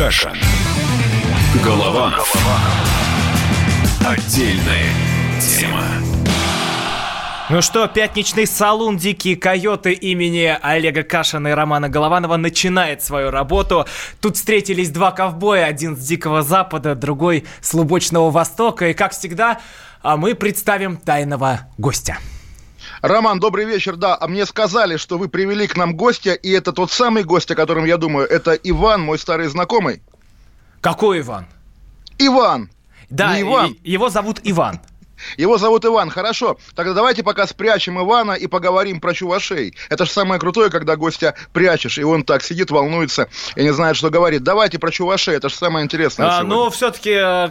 Кашин. Голованов. Отдельная тема. Ну что, пятничный салун «Дикие койоты» имени Олега Кашина и Романа Голованова начинает свою работу. Тут встретились два ковбоя, один с Дикого Запада, другой с Лубочного Востока. И, как всегда, мы представим тайного гостя. Роман, добрый вечер. Да, а мне сказали, что вы привели к нам гостя, и это тот самый гость, о котором я думаю. Это Иван, мой старый знакомый. Какой Иван? Иван. Да, не Иван. Его зовут Иван. Его зовут Иван, хорошо. Тогда давайте пока спрячем Ивана и поговорим про чувашей. Это же самое крутое, когда гостя прячешь, и он так сидит, волнуется и не знает, что говорит. Давайте про чувашей, это же самое интересное. Ну, все-таки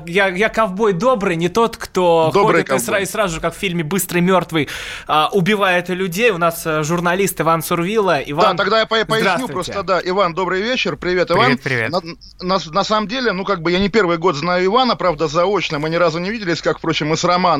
я ковбой добрый, не тот, кто добрый ходит и сразу же, как в фильме «Быстрый мертвый», убивает людей. У нас журналист Иван Сурвило. Иван, да, тогда я поясню просто, да. Иван, добрый вечер. Привет, Иван. Привет. На самом деле, я не первый год знаю Ивана, правда, заочно. Мы ни разу не виделись, как, впрочем, и с Романом.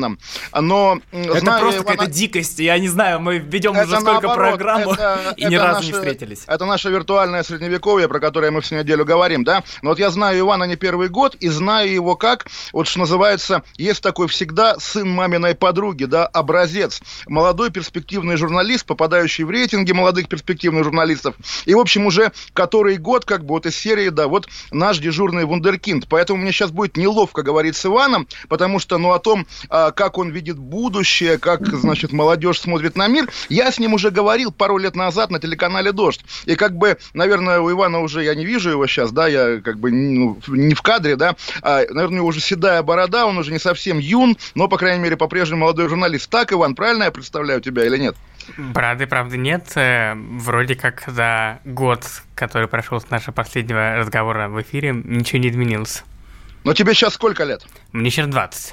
Но это знаю просто Ивана... какая-то дикость. Я не знаю, мы ведем уже сколько программ и ни разу не встретились. Это наше виртуальное средневековье, про которое мы всю неделю говорим, да? Но вот я знаю Ивана не первый год, и знаю его как, вот что называется, есть такой всегда сын маминой подруги, да, образец. Молодой перспективный журналист, попадающий в рейтинги молодых перспективных журналистов. И, в общем, уже который год, как бы, вот из серии, да, вот наш дежурный вундеркинд. Поэтому мне сейчас будет неловко говорить с Иваном, потому что, о том, как он видит будущее, как, значит, молодежь смотрит на мир. Я с ним уже говорил пару лет назад на телеканале «Дождь». И как бы, наверное, у Ивана уже, я не вижу его сейчас, да, я как бы не в кадре, да, наверное, у него уже седая борода, он уже не совсем юн, но, по крайней мере, по-прежнему молодой журналист. Так, Иван, правильно я представляю тебя или нет? Бороды, правда, нет. Вроде как за год, который прошел с нашего последнего разговора в эфире, ничего не изменилось. Но тебе сейчас сколько лет? Мне сейчас 20.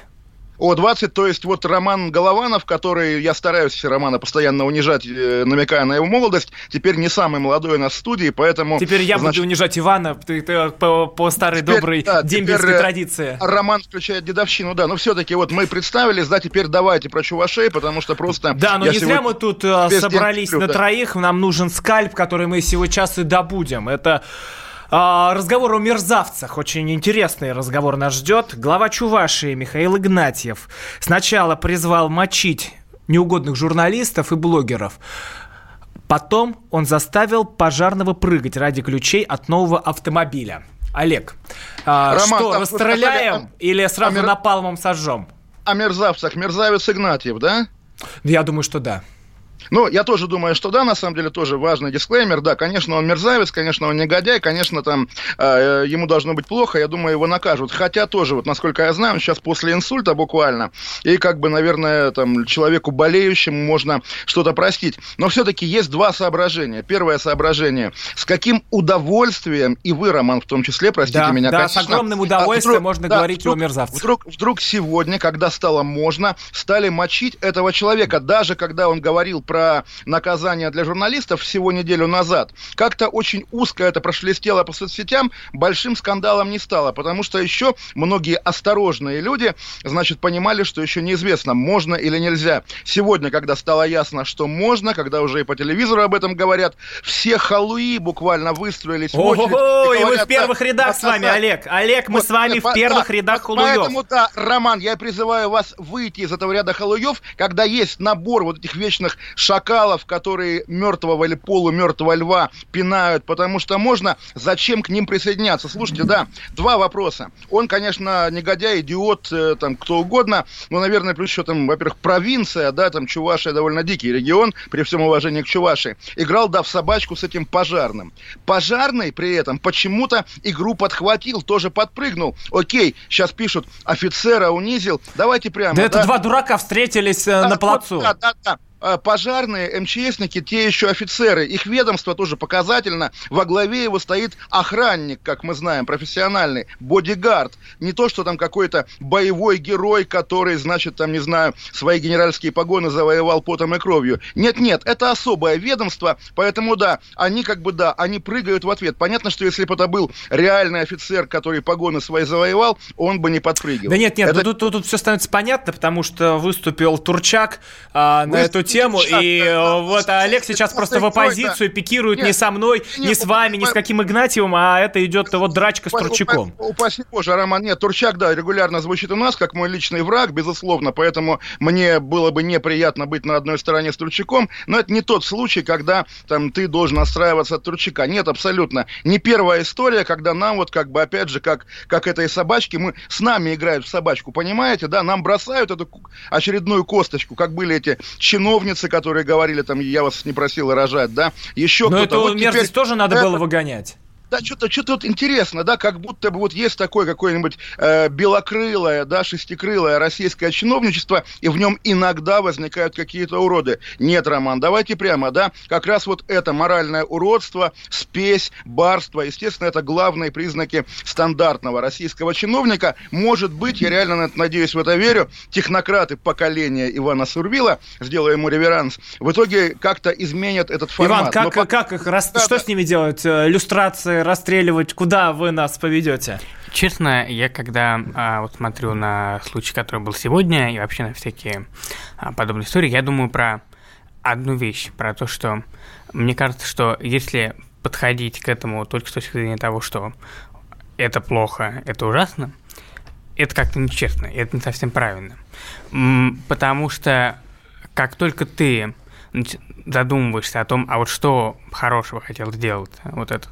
20, то есть вот Роман Голованов, который, я стараюсь Романа постоянно унижать, намекая на его молодость, теперь не самый молодой у нас в студии, поэтому... Теперь я буду унижать Ивана по старой теперь, доброй дембельской традиции. Роман включает дедовщину, да, но все-таки вот мы представились, да, теперь давайте про чувашей, потому что просто... Да, но не зря мы тут собрались на троих, нам нужен скальп, который мы сейчас и добудем. Это... разговор о мерзавцах. Очень интересный разговор нас ждет. Глава Чувашии Михаил Игнатьев сначала призвал мочить неугодных журналистов и блогеров. Потом он заставил пожарного прыгать ради ключей от нового автомобиля. Олег, Роман, что, расстреляем или сразу напалмом сожжем? О мерзавцах. Мерзавец Игнатьев, да? Я думаю, что да. Ну, я тоже думаю, что да, на самом деле тоже важный дисклеймер. Да, конечно, он мерзавец, конечно, он негодяй, конечно, там ему должно быть плохо, я думаю, его накажут. Хотя тоже, вот насколько я знаю, он сейчас после инсульта буквально, и как бы, наверное, там человеку болеющему можно что-то простить. Но все-таки есть два соображения. Первое соображение, с каким удовольствием, и вы, Роман, в том числе, простите меня, да, конечно. с огромным удовольствием можно говорить о мерзавцах. Вдруг сегодня, когда стало можно, стали мочить этого человека, даже когда он говорил про наказание для журналистов всего неделю назад, как-то очень узко это прошелестело по соцсетям, большим скандалом не стало, потому что еще многие осторожные люди, значит, понимали, что еще неизвестно, можно или нельзя. Сегодня, когда стало ясно, что можно, когда уже и по телевизору об этом говорят, все халуи буквально выстроились в очередь. И мы в первых рядах с вами, Олег. Олег, мы с вами в первых рядах халуев. Поэтому, да, Роман, я призываю вас выйти из этого ряда халуев, когда есть набор вот этих вечных шакалов, которые мертвого или полумертвого льва пинают, потому что можно, зачем к ним присоединяться? Слушайте, да, два вопроса. Он, конечно, негодяй, идиот, там, кто угодно, но, наверное, плюс еще там, во-первых, провинция, да, там, Чувашия довольно дикий регион, при всем уважении к Чувашии. Играл, да, в собачку с этим пожарным. Пожарный при этом почему-то игру подхватил, тоже подпрыгнул. Окей, сейчас пишут, офицера унизил, давайте прямо. Да, это два дурака встретились на плацу. Да. Пожарные, МЧСники, те еще офицеры, их ведомство тоже показательно, во главе его стоит охранник, как мы знаем, профессиональный, бодигард. Не то, что там какой-то боевой герой, который, значит, там, не знаю, свои генеральские погоны завоевал потом и кровью. Нет, это особое ведомство, поэтому, да, они как бы, да, они прыгают в ответ. Понятно, что если бы это был реальный офицер, который погоны свои завоевал, он бы не подпрыгивал. Да нет, это... тут все становится понятно, потому что выступил Турчак на эту тему. тему, и вот Олег сейчас просто в оппозицию пикирует не со мной, не с вами, не с каким Игнатьевым, а это идет вот драчка с Турчаком. Упаси Боже, Роман, нет, Турчак, да, регулярно звучит у нас, как мой личный враг, безусловно, поэтому мне было бы неприятно быть на одной стороне с Турчаком, но это не тот случай, когда там ты должен отстраиваться от Турчака. Нет, абсолютно. Не первая история, когда нам вот как бы, опять же, как этой собачки, мы с нами играют в собачку, понимаете, да, нам бросают эту очередную косточку, как были эти чиновницы, которые говорили, там, я вас не просила рожать, да, еще кто-то. Но эту вот мерзость теперь тоже надо было выгонять. Да, что-то вот интересно, да, как будто бы вот есть такое какое-нибудь белокрылое, да, шестикрылое российское чиновничество, и в нем иногда возникают какие-то уроды. Нет, Роман, давайте прямо, да, как раз вот это моральное уродство, спесь, барство, естественно, это главные признаки стандартного российского чиновника. Может быть, я реально надеюсь, в это верю, технократы поколения Ивана Сурвила, сделаю ему реверанс, в итоге как-то изменят этот формат. Иван, как их, что с ними делать? Люстрации, расстреливать? Куда вы нас поведете? Честно, я когда вот смотрю на случай, который был сегодня, и вообще на всякие подобные истории, я думаю про одну вещь, про то, что мне кажется, что если подходить к этому только с точки зрения того, что это плохо, это ужасно, это как-то нечестно, и это не совсем правильно. Потому что как только ты задумываешься о том, а вот что хорошего хотел сделать вот этот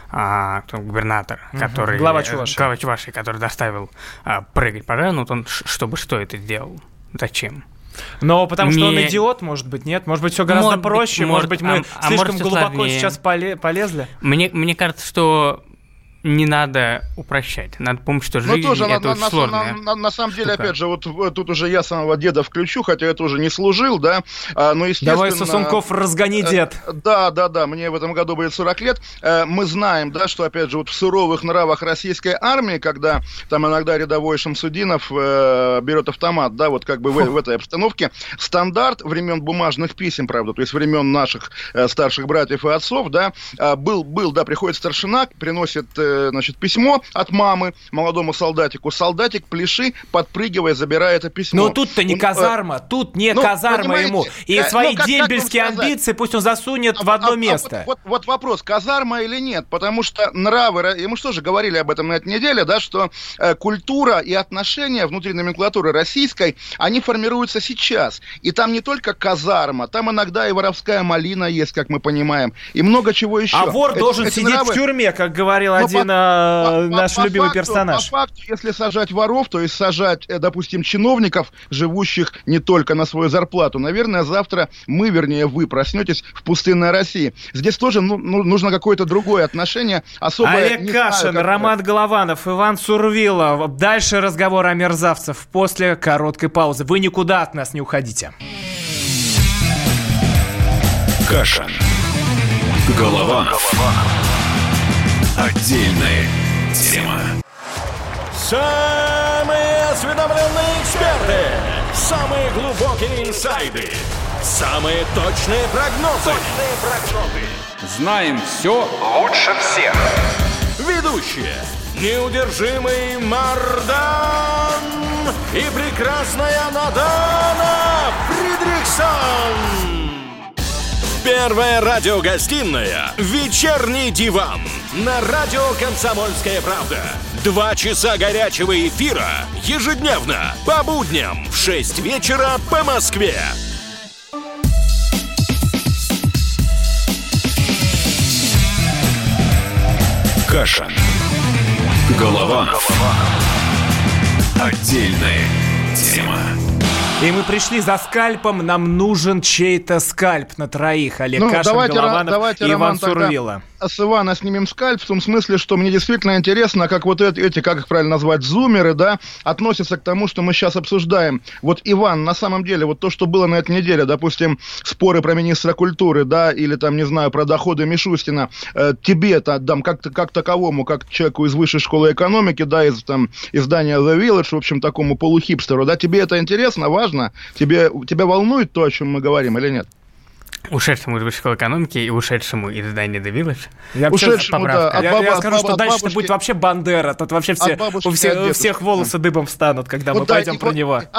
губернатор, который... Глава Чувашии, который заставил прыгать по жару, вот он чтобы что это сделал? Зачем? Но потому что он идиот, может быть, нет? Может быть, все гораздо проще? Может быть, мы слишком глубоко сейчас полезли? Мне кажется, что не надо упрощать. Надо помнить, что жизнь тоже это очень сложная. На самом деле, опять же, вот тут уже я самого деда включу, хотя я тоже не служил, да, но естественно... Давай, Сосунков, разгони, дед. Да, мне в этом году будет 40 лет. Мы знаем, да, что, опять же, вот в суровых нравах российской армии, когда там иногда рядовой Шамсудинов берет автомат, да, вот как бы в этой обстановке, стандарт времен бумажных писем, правда, то есть времен наших старших братьев и отцов, да, был, да, приходит старшина, приносит значит, письмо от мамы молодому солдатику. Солдатик, пляши, подпрыгивая, забирая это письмо. Но тут-то не казарма, тут не казарма ему. И свои дембельские амбиции пусть он засунет в одно место. Вот вопрос, казарма или нет? Потому что нравы, и мы что же говорили об этом на этой неделе, да, что культура и отношения внутри номенклатуры российской, они формируются сейчас. И там не только казарма, там иногда и воровская малина есть, как мы понимаем, и много чего еще. А вор должен сидеть в тюрьме, как говорил один наш любимый персонаж. По факту, если сажать воров, то есть сажать, допустим, чиновников, живущих не только на свою зарплату, наверное, завтра вы проснетесь в пустынной России. Здесь тоже нужно какое-то другое отношение. Особое, Олег Кашин, Роман Голованов, Иван Сурвилов. Дальше разговор о мерзавцах после короткой паузы. Вы никуда от нас не уходите. Кашин. Голованов. Отдельная тема. Самые осведомленные эксперты, самые глубокие инсайды, самые точные прогнозы. Знаем все лучше всех. Ведущие: неудержимый Мардан и прекрасная Надана Фридрихсон. Первая радиогостинная «Вечерний диван» на радио «Комсомольская правда». 2 часа горячего эфира ежедневно по будням в 6 вечера по Москве. Кашин. Голованов. Отдельная тема. И мы пришли за скальпом, нам нужен чей-то скальп на троих. Олег Кашин, Голованов и Иван Сурвила. С Ивана снимем скальп в том смысле, что мне действительно интересно, как вот эти, как их правильно назвать, зумеры, да, относятся к тому, что мы сейчас обсуждаем. Вот, Иван, на самом деле, вот то, что было на этой неделе, допустим, споры про министра культуры, да, или там, не знаю, про доходы Мишустина, тебе-то, как таковому, как человеку из высшей школы экономики, да, из там издания The Village, в общем, такому полухипстеру, да, тебе это интересно, важно? Тебя волнует то, о чем мы говорим, или нет? Ушедшему из высшей школы экономики и ушедшему из издания The Village. Я скажу, что дальше это будет вообще Бандера. Тут вообще у всех волосы дыбом встанут, когда мы пойдем про него.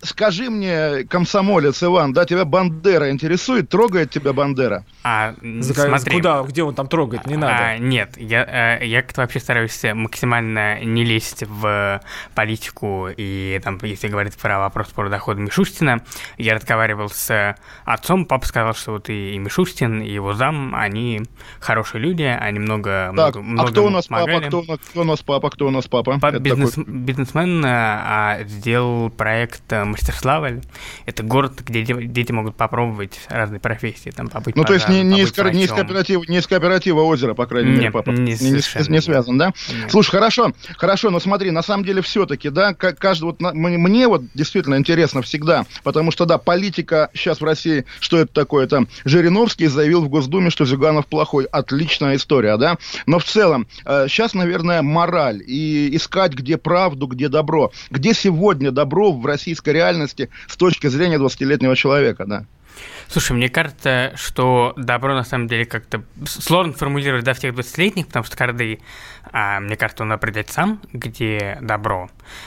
скажи мне, комсомолец Иван, да, тебя Бандера интересует? Трогает тебя Бандера? Смотри. Куда? Где он там трогает? Не надо. Нет, я как-то вообще стараюсь максимально не лезть в политику. И там, если говорить про вопрос по доходу Мишустина, я разговаривал с отцом, папа сказал, что вот и Мишустин, и его зам, они хорошие люди, они много кто у нас помогали. папа? Кто у нас папа? Бизнесмен сделал проект «Мастерславль». Это город, где дети могут попробовать разные профессии. Там, побыть то есть не из врачом. кооператива озера, по крайней мере, папа. Не связан, да? Нет. Слушай, хорошо, но смотри, на самом деле все-таки, да, каждый мне вот действительно интересно всегда, потому что, да, политика сейчас в России, что это такое? Там Жириновский заявил в Госдуме, что Зюганов плохой. Отличная история, да? Но в целом, сейчас, наверное, мораль и искать, где правду, где добро. Где сегодня добро в российской реальности с точки зрения 20-летнего человека, да? Слушай, мне кажется, что добро на самом деле как-то сложно формулировать, да, в тех 20-летних, потому что каждый, мне кажется, он определяет сам, где добро.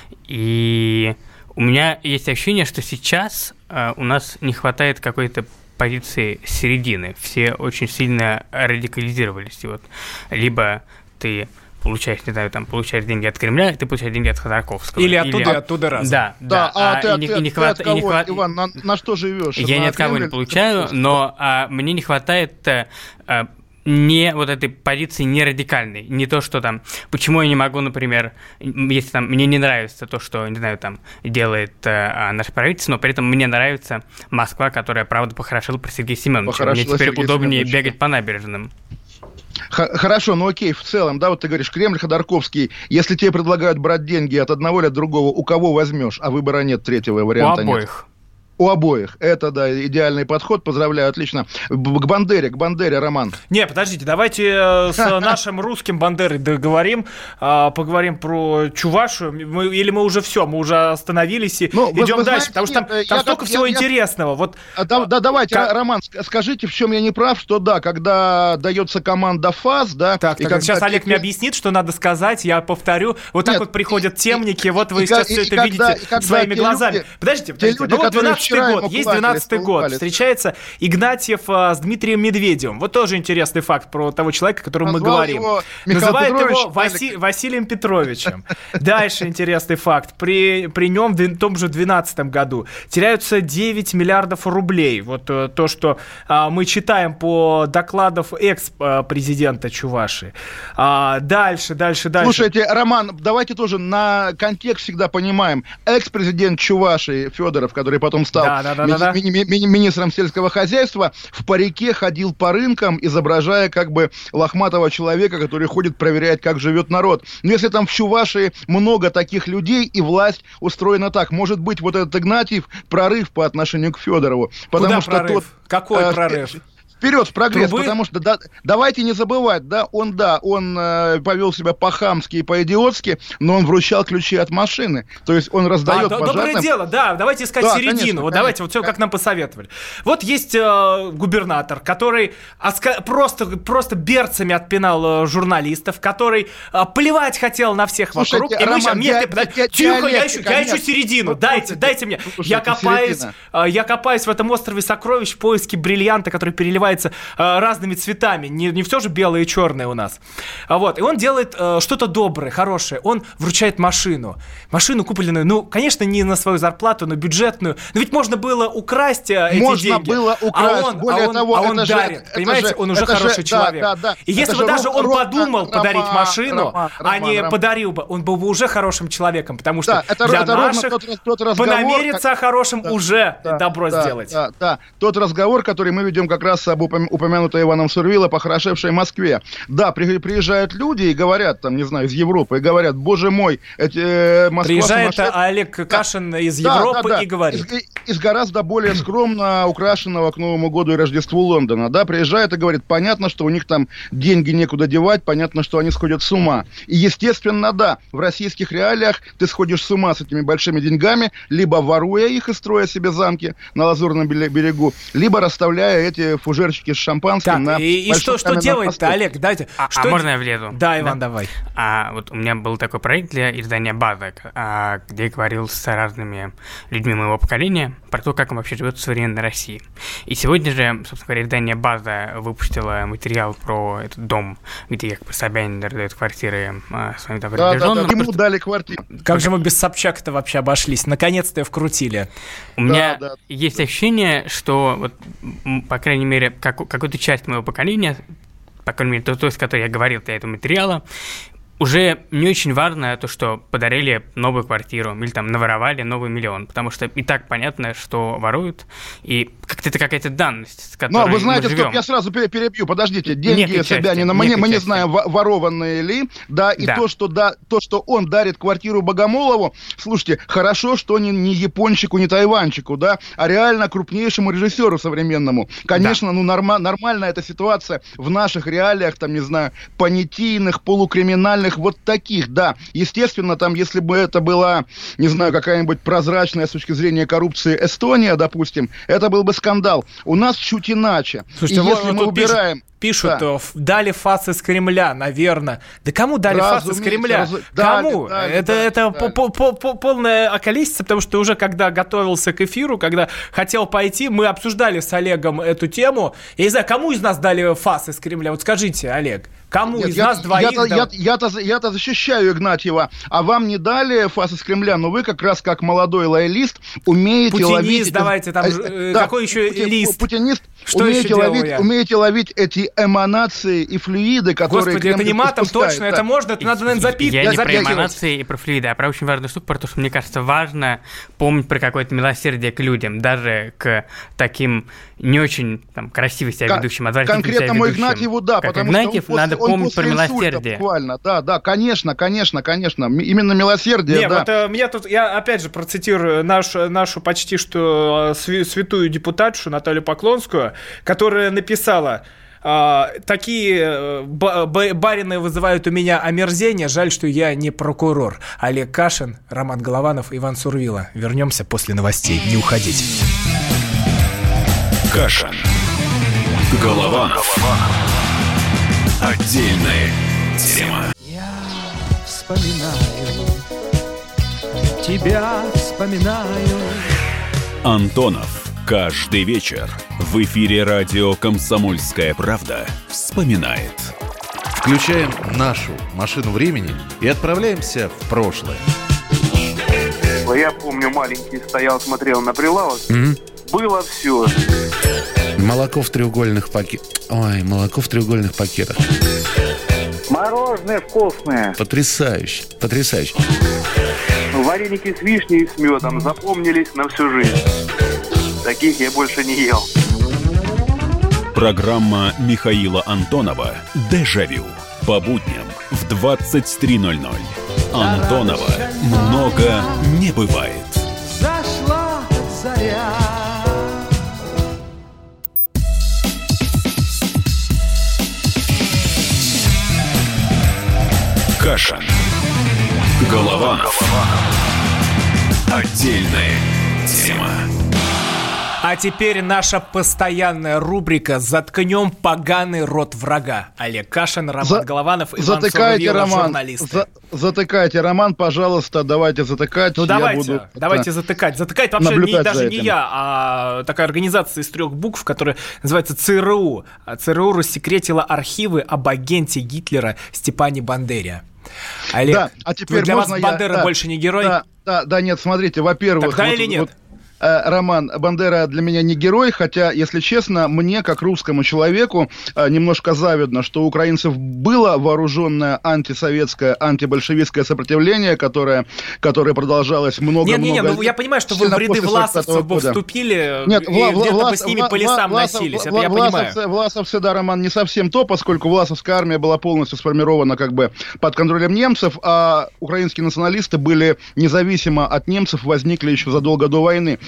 И у меня есть ощущение, что сейчас у нас не хватает какой-то позиции середины. Все очень сильно радикализировались. И вот либо ты получаешь, не знаю, там, получаешь деньги от Кремля, ты получаешь деньги от Ходорковского. Или оттуда разом. Да. Иван, на что живешь? Я ни от кого не получаю, но мне не хватает не вот этой позиции не радикальной, не то, что там, почему я не могу, например, если там мне не нравится то, что, не знаю, там делает наше правительство, но при этом мне нравится Москва, которая, правда, похорошила при Сергее Семеновиче. Мне теперь удобнее бегать по набережным. Хорошо, ну окей, в целом, да, вот ты говоришь, Кремль, Ходорковский, если тебе предлагают брать деньги от одного или от другого, у кого возьмешь, а выбора нет, третьего варианта нет. У обоих. У обоих. Это, да, идеальный подход. Поздравляю, отлично. К Бандере, Роман. Не, подождите, давайте с нашим русским Бандерой договорим, поговорим про Чувашию. Или мы уже все, мы уже остановились и идем дальше, потому что там столько всего интересного. Вот, давайте, Роман, скажите, в чем я не прав, что да, когда дается команда ФАС, да... Так, сейчас Олег мне объяснит, что надо сказать, я повторю. Вот так вот приходят темники, вот вы сейчас все это видите своими глазами. Подождите, ну вот 12 год. Есть 12-й год. Встречается Игнатьев с Дмитрием Медведевым. Вот тоже интересный факт про того человека, о котором мы говорим. Называет его Василием Петровичем. Дальше интересный факт. При нем в том же 2012 году теряются 9 миллиардов рублей. Вот то, что мы читаем по докладам экс-президента Чувашии. Дальше. Слушайте, Роман, давайте тоже на контекст всегда понимаем. Экс-президент Чувашии Федоров, который потом стал министром сельского хозяйства, в парике ходил по рынкам, изображая как бы лохматого человека, который ходит, проверяет, как живет народ. Но если там в Чувашии много таких людей, и власть устроена так, может быть, вот этот Игнатьев прорыв по отношению к Федорову. Куда прорыв? Какой прорыв? Вперед в прогресс, потому что давайте не забывать, он повел себя по-хамски и по-идиотски, но он вручал ключи от машины. То есть он раздает пожарным... Доброе дело, да, давайте искать середину. Конечно, давайте, вот все, как нам посоветовали. Вот есть губернатор, который просто берцами отпинал журналистов, который плевать хотел на всех вокруг. И мы сейчас... Тихо, я ищу середину. Дайте мне. Я копаюсь в этом острове сокровищ в поиске бриллианта, который переливается разными цветами. Не все же белое и черное у нас. Вот. И он делает что-то доброе, хорошее. Он вручает машину. Машину, купленную, конечно, не на свою зарплату, но бюджетную. Но ведь можно было украсть эти деньги. Можно было украсть. Он дарит. Понимаете, он уже хороший человек. И если бы даже он подумал подарить машину, а не подарил бы, он был бы уже хорошим человеком. Потому что для наших понамериться о хорошем уже добро сделать. Да, тот разговор, который мы ведем как раз об упомянутой Иваном Сурвило, похорошевшей Москве. Да, приезжают люди и говорят, там, не знаю, из Европы, и говорят, боже мой, Москва приезжает Олег Кашин из Европы и говорит. Из гораздо более скромно украшенного к Новому году и Рождеству Лондона, да, приезжает и говорит, понятно, что у них там деньги некуда девать, понятно, что они сходят с ума. И, естественно, да, в российских реалиях ты сходишь с ума с этими большими деньгами, либо воруя их и строя себе замки на Лазурном берегу, либо расставляя эти фужеры фужерчики с шампанским. Так, и что делать-то, Олег? Дайте. Можно я влезу? Да, Иван, давай. Вот у меня был такой проект для издания «Базок», где я говорил с разными людьми моего поколения про то, как он вообще живет в современной России. И сегодня же, собственно говоря, издание «База» выпустило материал про этот дом, где как бы Собянин раздает квартиры своим там приближенным. Да, ему дали квартиру. Как же мы без Собчака-то вообще обошлись? Наконец-то ее вкрутили. У меня есть ощущение, что, вот, по крайней мере, какую-то часть моего поколения, по крайней мере, то, с которой я говорил для этого материала, уже не очень важно то, что подарили новую квартиру или там наворовали новый миллион, потому что и так понятно, что воруют, и как-то это какая-то данность, с которой вы мы знаете, живем. стоп, я сразу перебью, подождите, деньги Собянина, мы не знаем, ворованные ли, то, что он дарит квартиру Богомолову, слушайте, хорошо, что не япончику, не тайванчику, а реально крупнейшему режиссеру современному. Конечно, нормальная эта ситуация в наших реалиях, там, не знаю, понятийных, полукриминальных, вот таких, Естественно, там, если бы это была, не знаю, какая-нибудь прозрачная с точки зрения коррупции Эстония, допустим, это был бы скандал. У нас чуть иначе. Слушайте, и если мы убираем... Пишут, дали фас из Кремля, наверное. Да кому дали фас из Кремля? Кому? Это полная околесица, потому что уже когда готовился к эфиру, когда хотел пойти, мы обсуждали с Олегом эту тему. Я не знаю, кому из нас дали фас из Кремля? Вот скажите, Олег, кому из нас двоих? Я-то защищаю Игнатьева, а вам не дали фас из Кремля, но вы как раз как молодой лоялист умеете ловить... Путинист, давайте, там какой еще лист? Путинист, что умеете ловить эти эманации и флюиды, которые... Господи, это не матом, точно, это можно, это надо, наверное, запикать. Я не про эманации и про флюиды, а про очень важную штуку, про то, что, мне кажется, важно помнить про какое-то милосердие к людям, даже к таким не очень там красиво себя ведущим, конкретному Игнатьеву, потому Игнатьев, что надо помнить про милосердие. Буквально, конечно, именно милосердие, вот меня тут, я опять же процитирую нашу почти что святую депутатшу Наталью Поклонскую, которая написала: такие барины вызывают у меня омерзение. Жаль, что я не прокурор. Олег Кашин, Роман Голованов, Иван Сурвила. Вернемся после новостей. Не уходите. Кашин. Голованов. Отдельная тема. Я вспоминаю, тебя вспоминаю. Антонов. Каждый вечер в эфире радио «Комсомольская правда» вспоминает. Включаем нашу машину времени и отправляемся в прошлое. Я помню, маленький стоял, смотрел на прилавок. Было все. Молоко в треугольных пакетах. Ой, молоко в треугольных пакетах. Мороженое вкусное. Потрясающе. Вареники с вишней и с медом запомнились на всю жизнь. Таких я больше не ел. Программа Михаила Антонова «Дежавю». По будням в 23:00. Антонова много не бывает. Зашла заря. Кашин. Голованов. Отдельная тема. А теперь наша постоянная рубрика «Заткнем поганый рот врага». Олег Кашин, Роман Голованов, Иван Сурвила, журналисты. Затыкайте, Роман, пожалуйста, давайте затыкать. Давайте затыкать. Затыкать вообще даже не я, а такая организация из 3 букв, которая называется ЦРУ. ЦРУ рассекретила архивы об агенте Гитлера Степане Бандере. Олег, теперь для вас Бандера больше не герой? Да, нет, смотрите, во-первых... Тогда или нет? Роман, Бандера для меня не герой, хотя, если честно, мне, как русскому человеку, немножко завидно, что у украинцев было вооруженное антисоветское, антибольшевистское сопротивление, которое продолжалось много-много лет. Я понимаю, что вы в ряды власовцев бы вступили, где-то бы с ними по лесам носились, это я понимаю. Власовцы, да, Роман, не совсем то, поскольку власовская армия была полностью сформирована как бы под контролем немцев, а украинские националисты были независимо от немцев, возникли еще задолго до войны.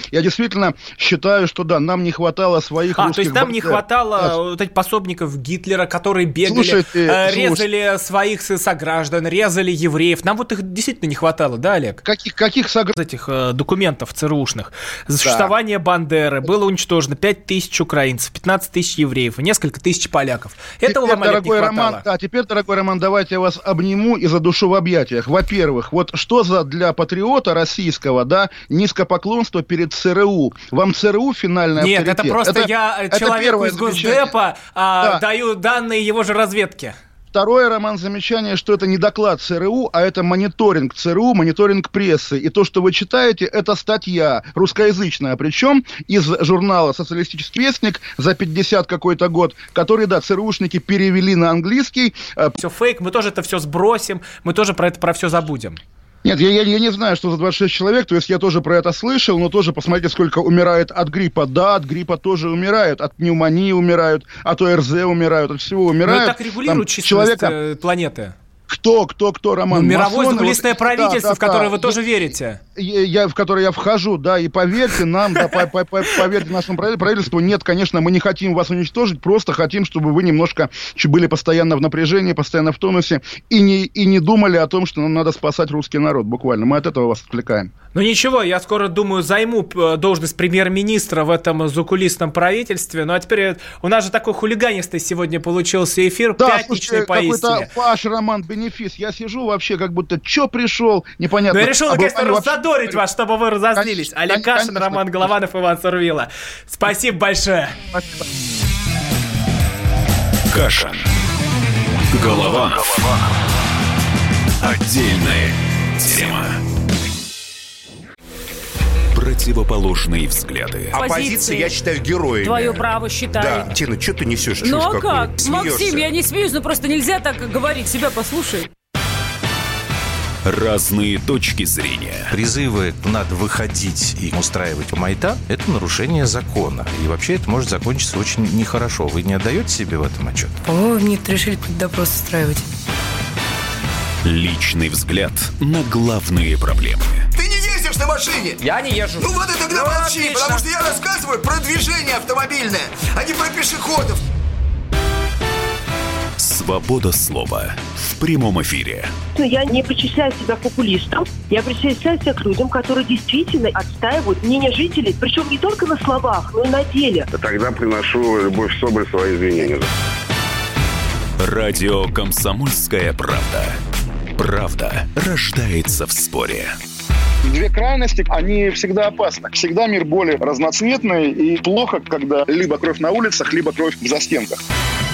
Я действительно считаю, что да, нам не хватало своих русских то есть нам не хватало вот этих пособников Гитлера, которые бегали, резали своих сограждан, резали евреев. Нам вот их действительно не хватало, да, Олег? Каких сограждан? Этих документов ЦРУшных. За существование Бандеры было уничтожено 5 тысяч украинцев, 15 тысяч евреев, несколько тысяч поляков. Этого вам, Олег, не хватало? Теперь, дорогой Роман, давайте я вас обниму и задушу в объятиях. Во-первых, вот что за для патриота российского, да, низкопоклонство перед ЦРУ? Вам ЦРУ финальный авторитет? Нет, это просто я человеку из Госдепа даю данные его же разведки. Второе, Роман, замечание, что это не доклад ЦРУ, а это мониторинг ЦРУ, мониторинг прессы. И то, что вы читаете, это статья русскоязычная, причем из журнала «Социалистический вестник» за 50 какой-то год, который, да, ЦРУшники перевели на английский. Все фейк, мы тоже это все сбросим, мы тоже про все забудем. Нет, я не знаю, что за 26 человек, то есть я тоже про это слышал, но тоже посмотрите, сколько умирает от гриппа. Да, от гриппа тоже умирают, от пневмонии умирают, от ОРЗ умирают, от всего умирают. Но это так регулирует численность планееты. Кто, Роман? Мировое закулисное правительство, в которое вы тоже верите. В которое я вхожу, да, и поверьте нам, да, поверьте нашему правительству, нет, конечно, мы не хотим вас уничтожить, просто хотим, чтобы вы немножко были постоянно в напряжении, постоянно в тонусе, и не думали о том, что нам надо спасать русский народ, буквально. Мы от этого вас отвлекаем. Ну ничего, я скоро, думаю, займу должность премьер-министра в этом закулисном правительстве. Ну а теперь у нас же такой хулиганистый сегодня получился эфир, да, пятничный поистине. Какой-то ваш Роман Бенефис. Я сижу вообще как будто, чё пришел, непонятно. Ну я решил, наконец-то, раззадорить вас, чтобы вы разозлились. Олег Кашин, Роман Голованов, Иван Сурвила. Спасибо большое. Спасибо. Кашин. Голованов. Отдельная тема. Противоположные взгляды. Оппозиция, я считаю, героями. Твое право считаю. Да, Тина, что ты несешь? Ну а как? Максим, я не смеюсь, но просто нельзя так говорить. Себя послушай. Разные точки зрения. Призывы «надо выходить и устраивать Майдан» — это нарушение закона. И вообще это может закончиться очень нехорошо. Вы не отдаете себе в этом отчет? По-моему, нет, решили какой-то допрос устраивать. Личный взгляд на главные проблемы. Ты не ездишь на машине? Я не езжу. Ну вот и тогда молчи, потому что я рассказываю про движение автомобильное, а не про пешеходов. Свобода слова в прямом эфире. Я не причисляю себя к популистам. Я причисляю себя к людям, которые действительно отстаивают мнение жителей. Причем не только на словах, но и на деле. Тогда приношу Любовь Соболь свои извинения. Радио «Комсомольская правда». Правда рождается в споре. Две крайности, они всегда опасны. Всегда мир более разноцветный, и плохо, когда либо кровь на улицах, либо кровь в застенках.